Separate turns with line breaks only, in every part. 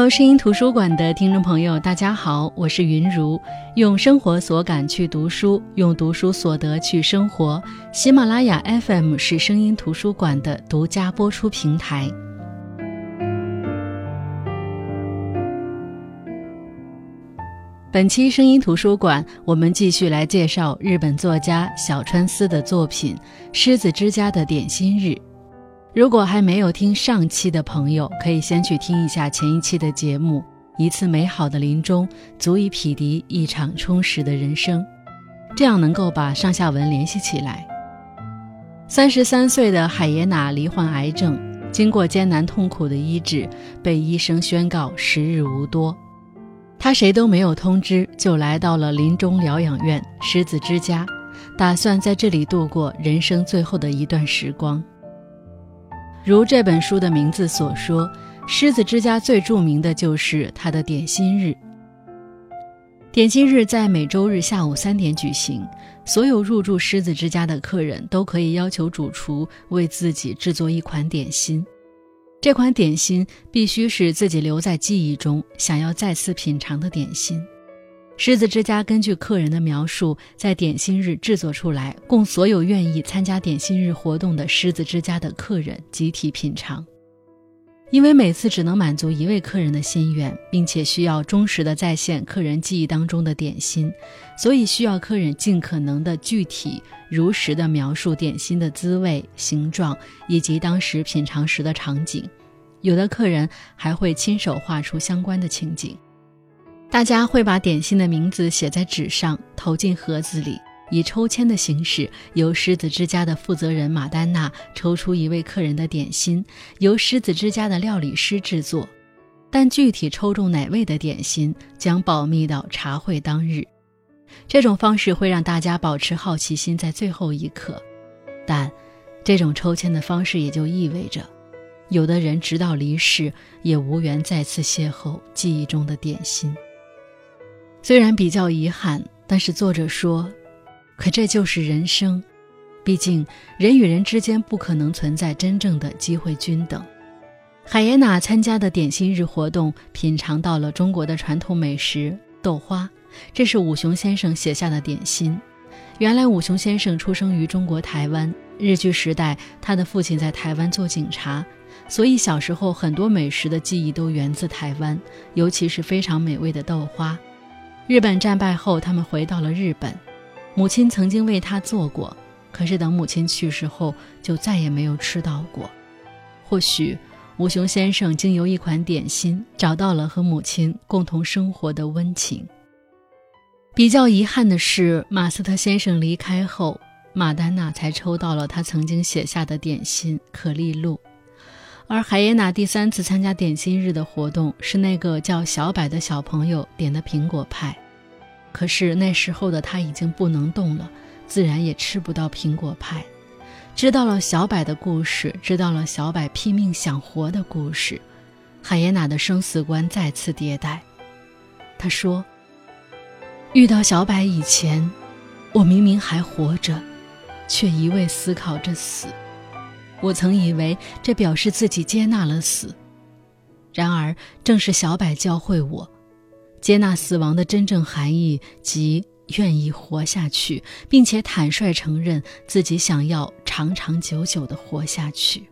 Hello， 声音图书馆的听众朋友大家好，我是云如，用生活所感去读书，用读书所得去生活。喜马拉雅 FM 是声音图书馆的独家播出平台。本期声音图书馆，我们继续来介绍日本作家小川思的作品《狮子之家的点心日》。如果还没有听上期的朋友，可以先去听一下前一期的节目。一次美好的临终，足以匹敌一场充实的人生，这样能够把上下文联系起来。33岁的海耶娜罹患癌症，经过艰难痛苦的医治，被医生宣告时日无多。他谁都没有通知，就来到了临终疗养院狮子之家，打算在这里度过人生最后的一段时光。如这本书的名字所说，狮子之家最著名的就是它的点心日。点心日在每周日下午3点举行，所有入住狮子之家的客人都可以要求主厨为自己制作一款点心。这款点心必须是自己留在记忆中，想要再次品尝的点心。狮子之家根据客人的描述，在点心日制作出来，供所有愿意参加点心日活动的狮子之家的客人集体品尝。因为每次只能满足一位客人的心愿，并且需要忠实地再现客人记忆当中的点心，所以需要客人尽可能的具体如实地描述点心的滋味、形状以及当时品尝时的场景。有的客人还会亲手画出相关的情景。大家会把点心的名字写在纸上，投进盒子里，以抽签的形式，由狮子之家的负责人马丹娜抽出一位客人的点心，由狮子之家的料理师制作。但具体抽中哪位的点心将保密到茶会当日。这种方式会让大家保持好奇心在最后一刻，但这种抽签的方式也就意味着，有的人直到离世也无缘再次邂逅记忆中的点心。虽然比较遗憾，但是作者说，可这就是人生，毕竟人与人之间不可能存在真正的机会均等。海耶娜参加的点心日活动，品尝到了中国的传统美食豆花，这是武雄先生写下的点心。原来武雄先生出生于中国台湾，日据时代他的父亲在台湾做警察，所以小时候很多美食的记忆都源自台湾，尤其是非常美味的豆花。日本战败后，他们回到了日本，母亲曾经为他做过，可是等母亲去世后，就再也没有吃到过。或许武雄先生经由一款点心，找到了和母亲共同生活的温情。比较遗憾的是，马斯特先生离开后，马丹娜才抽到了他曾经写下的点心可丽露。而海耶娜第3次参加点心日的活动，是那个叫小柏的小朋友点的苹果派。可是那时候的他已经不能动了，自然也吃不到苹果派。知道了小柏的故事，知道了小柏拼命想活的故事，海耶娜的生死观再次迭代。他说，遇到小柏以前，我明明还活着，却一味思考着死。我曾以为这表示自己接纳了死，然而正是小柏教会我，接纳死亡的真正含义，即愿意活下去，并且坦率承认自己想要长长久久地活下去。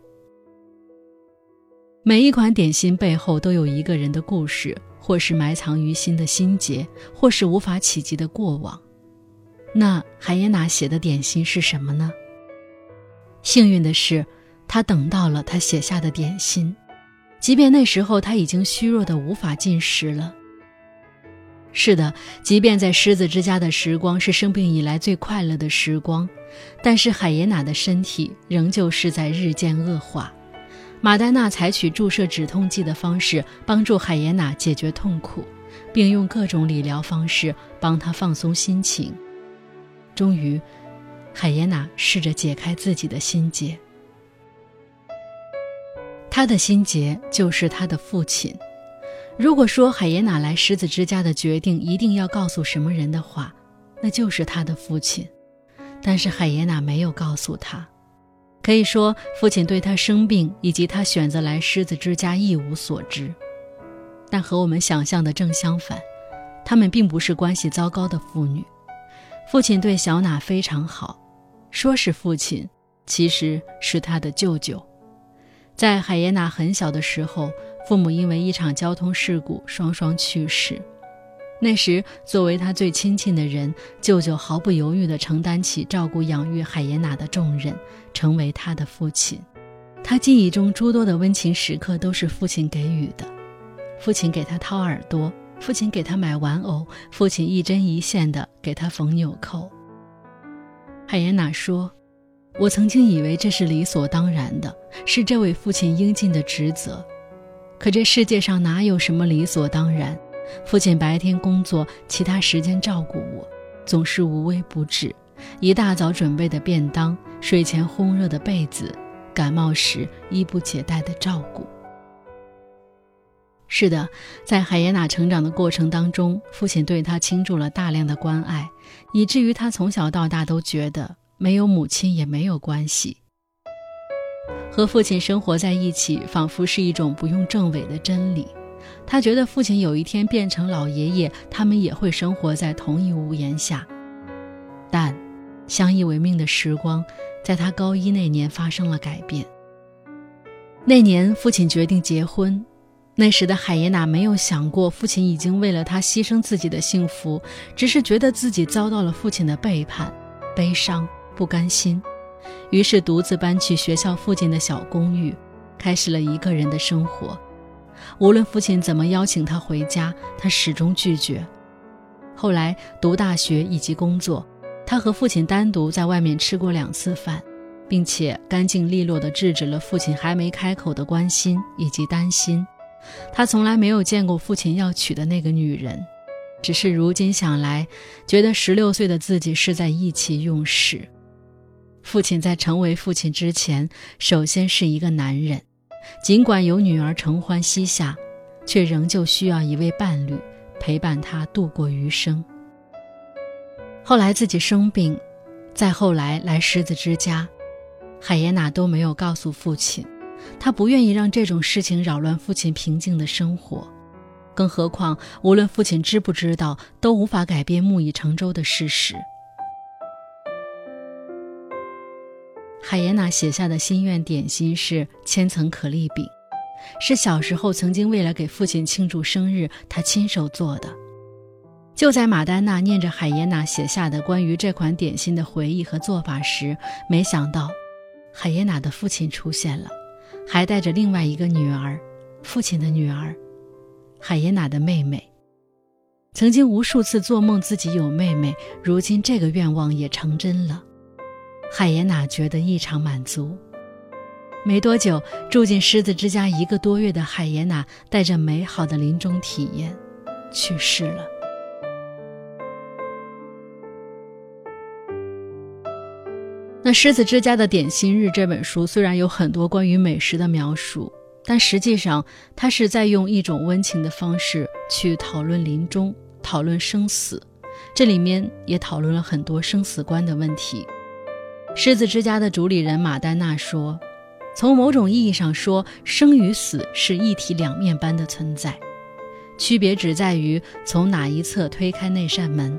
每一款点心背后都有一个人的故事，或是埋藏于心的心结，或是无法企及的过往。那海耶娜写的点心是什么呢？幸运的是，他等到了他写下的点心，即便那时候他已经虚弱得无法进食了。是的，即便在狮子之家的时光是生病以来最快乐的时光，但是海耶娜的身体仍旧是在日渐恶化。马丹娜采取注射止痛剂的方式帮助海耶娜解决痛苦，并用各种理疗方式帮她放松心情。终于，海耶娜试着解开自己的心结。她的心结就是她的父亲。如果说海耶娜来狮子之家的决定一定要告诉什么人的话，那就是她的父亲。但是海耶娜没有告诉他。可以说，父亲对她生病以及她选择来狮子之家一无所知。 但和我们想象的正相反，他们并不是关系糟糕的父女。父亲对小娜非常好，说是父亲，其实是他的舅舅。在海耶娜很小的时候，父母因为一场交通事故双双去世。那时作为他最亲近的人，舅舅毫不犹豫地承担起照顾养育海耶娜的重任，成为他的父亲。他记忆中诸多的温情时刻都是父亲给予的，父亲给他掏耳朵，父亲给他买玩偶，父亲一针一线地给他缝纽扣。海耶娜说，我曾经以为这是理所当然的，是这位父亲应尽的职责。可这世界上哪有什么理所当然？父亲白天工作，其他时间照顾我，总是无微不至，一大早准备的便当，睡前烘热的被子，感冒时衣不解带的照顾。是的，在海耶娜成长的过程当中，父亲对她倾注了大量的关爱，以至于她从小到大都觉得没有母亲也没有关系。和父亲生活在一起，仿佛是一种不用证伪的真理。他觉得父亲有一天变成老爷爷，他们也会生活在同一屋檐下。但相依为命的时光在他高一那年发生了改变。那年父亲决定结婚，那时的海耶娜没有想过父亲已经为了他牺牲自己的幸福，只是觉得自己遭到了父亲的背叛，悲伤不甘心，于是独自搬去学校附近的小公寓，开始了一个人的生活。无论父亲怎么邀请他回家，他始终拒绝。后来读大学以及工作，他和父亲单独在外面吃过2次饭，并且干净利落地制止了父亲还没开口的关心以及担心。他从来没有见过父亲要娶的那个女人，只是如今想来，觉得16岁的自己是在意气用事。父亲在成为父亲之前，首先是一个男人，尽管有女儿承欢膝下，却仍旧需要一位伴侣陪伴他度过余生。后来自己生病，再后来来狮子之家，海耶娜都没有告诉父亲，她不愿意让这种事情扰乱父亲平静的生活。更何况无论父亲知不知道，都无法改变木已成舟的事实。海耶娜写下的心愿点心是千层可丽饼，是小时候曾经为了给父亲庆祝生日，她亲手做的。就在马丹娜念着海耶娜写下的关于这款点心的回忆和做法时，没想到海耶娜的父亲出现了，还带着另外一个女儿，父亲的女儿，海耶娜的妹妹。曾经无数次做梦自己有妹妹，如今这个愿望也成真了。海耶娜觉得异常满足。没多久，住进狮子之家1个多月的海耶娜带着美好的临终体验去世了。那《狮子之家的点心日》这本书虽然有很多关于美食的描述，但实际上它是在用一种温情的方式去讨论临终，讨论生死，这里面也讨论了很多生死观的问题。狮子之家的主理人马丹娜说，从某种意义上说，生与死是一体两面般的存在，区别只在于从哪一侧推开那扇门。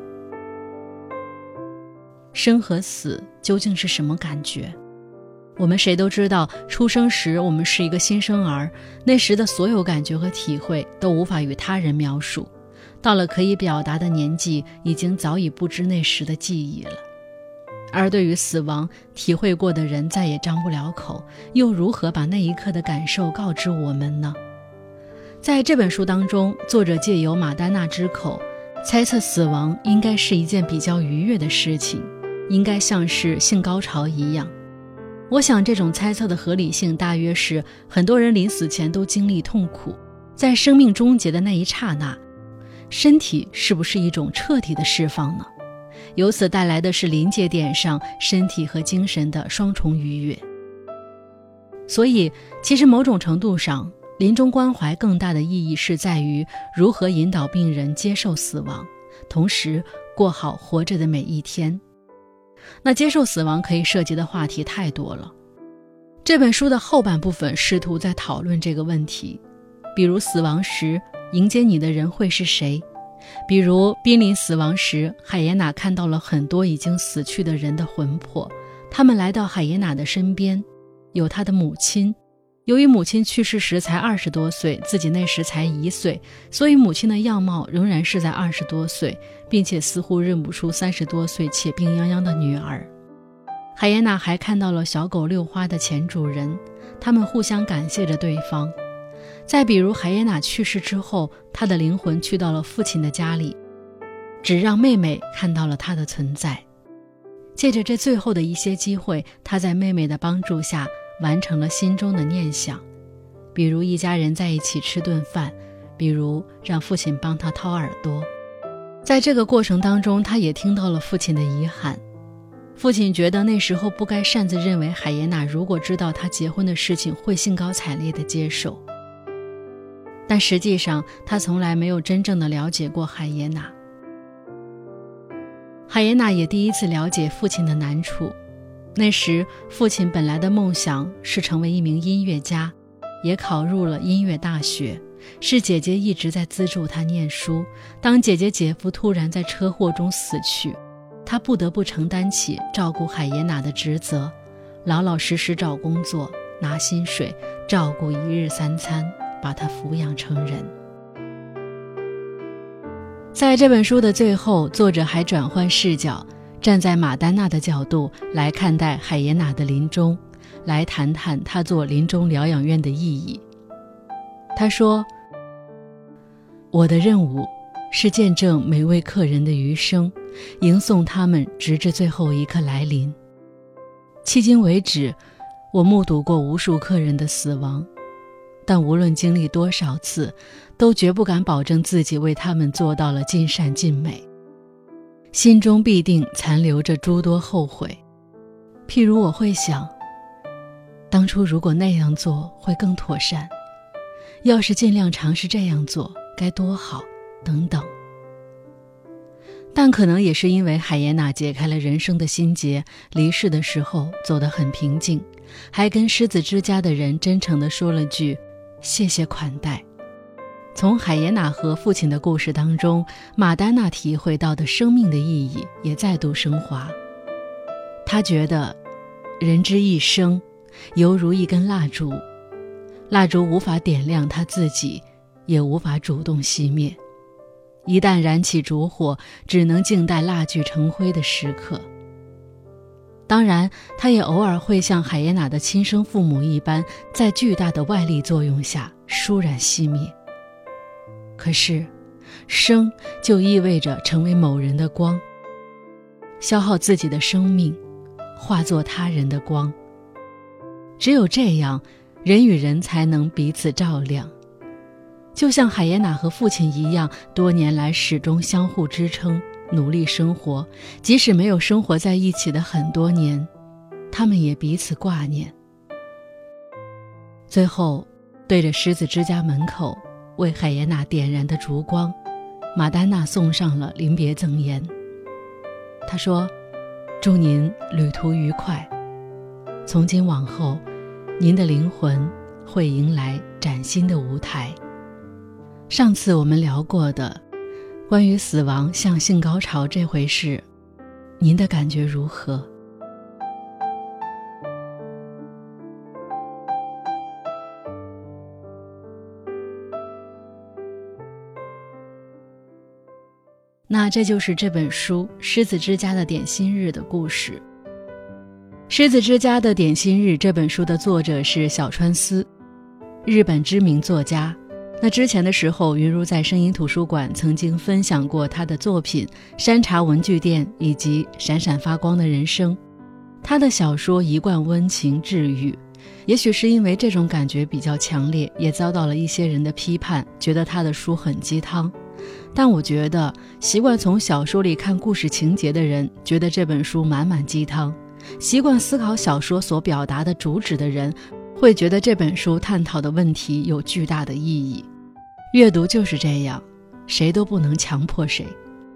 生和死究竟是什么感觉？我们谁都知道，出生时我们是一个新生儿，那时的所有感觉和体会都无法与他人描述，到了可以表达的年纪，已经早已不知那时的记忆了。而对于死亡，体会过的人再也张不了口，又如何把那一刻的感受告知我们呢？在这本书当中，作者借由马丹娜之口，猜测死亡应该是一件比较愉悦的事情，应该像是性高潮一样。我想这种猜测的合理性大约是，很多人临死前都经历痛苦，在生命终结的那一刹那，身体是不是一种彻底的释放呢？由此带来的是临界点上身体和精神的双重愉悦。所以其实某种程度上，临终关怀更大的意义是在于如何引导病人接受死亡，同时过好活着的每一天。那接受死亡可以涉及的话题太多了，这本书的后半部分试图在讨论这个问题，比如死亡时迎接你的人会是谁？比如濒临死亡时，海耶娜看到了很多已经死去的人的魂魄，他们来到海耶娜的身边，有她的母亲。由于母亲去世时才20多岁，自己那时才1岁，所以母亲的样貌仍然是在20多岁，并且似乎认不出30多岁且病殃殃的女儿。海耶娜还看到了小狗六花的前主人，他们互相感谢着对方。再比如海耶娜去世之后，她的灵魂去到了父亲的家里，只让妹妹看到了她的存在。借着这最后的一些机会，她在妹妹的帮助下完成了心中的念想，比如一家人在一起吃顿饭，比如让父亲帮她掏耳朵。在这个过程当中，她也听到了父亲的遗憾。父亲觉得那时候不该擅自认为海耶娜如果知道他结婚的事情会兴高采烈地接受，但实际上他从来没有真正的了解过海耶娜。海耶娜也第一次了解父亲的难处。那时父亲本来的梦想是成为一名音乐家，也考入了音乐大学，是姐姐一直在资助他念书。当姐姐姐夫突然在车祸中死去，他不得不承担起照顾海耶娜的职责，老老实实找工作，拿薪水，照顾1日3餐，把她抚养成人。在这本书的最后，作者还转换视角，站在马丹娜的角度来看待海耶娜的临终，来谈谈她做临终疗养院的意义。他说，我的任务是见证每位客人的余生，迎送他们直至最后一刻来临。迄今为止，我目睹过无数客人的死亡，但无论经历多少次，都绝不敢保证自己为他们做到了尽善尽美，心中必定残留着诸多后悔。譬如我会想，当初如果那样做会更妥善，要是尽量尝试这样做该多好，等等。但可能也是因为海耶娜解开了人生的心结，离世的时候走得很平静，还跟狮子之家的人真诚地说了句谢谢款待。从海耶娜和父亲的故事当中，马丹娜体会到的生命的意义也再度升华。她觉得人之一生犹如一根蜡烛，蜡烛无法点亮她自己，也无法主动熄灭，一旦燃起烛火，只能静待蜡炬成灰的时刻。当然，他也偶尔会像海耶娜的亲生父母一般，在巨大的外力作用下倏然熄灭。可是，生就意味着成为某人的光，消耗自己的生命，化作他人的光。只有这样，人与人才能彼此照亮。就像海耶娜和父亲一样，多年来始终相互支撑，努力生活，即使没有生活在一起的很多年，他们也彼此挂念。最后，对着狮子之家门口为海耶娜点燃的烛光，马丹娜送上了临别赠言。她说，祝您旅途愉快，从今往后，您的灵魂会迎来崭新的舞台。上次我们聊过的关于死亡像性高潮这回事，您的感觉如何？那这就是这本书《狮子之家的点心日》的故事。《狮子之家的点心日》这本书的作者是小川思，日本知名作家。那之前的时候，云如在声音图书馆曾经分享过他的作品《山茶文具店》以及《闪闪发光的人生》。他的小说一贯温情治愈，也许是因为这种感觉比较强烈，也遭到了一些人的批判，觉得他的书很鸡汤。但我觉得习惯从小说里看故事情节的人觉得这本书满满鸡汤，习惯思考小说所表达的主旨的人会觉得这本书探讨的问题有巨大的意义。阅读就是这样，谁都不能强迫谁。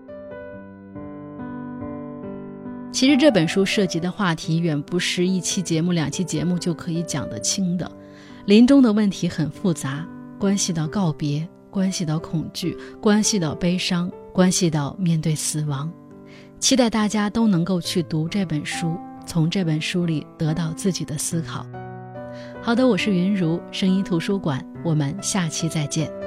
其实这本书涉及的话题远不是1期节目2期节目就可以讲得清的，临终的问题很复杂，关系到告别， 关系到恐惧，关系到悲伤，关系到面对死亡。期待大家都能够去读这本书，从这本书里得到自己的思考。好的，我是云如，声音图书馆，我们下期再见。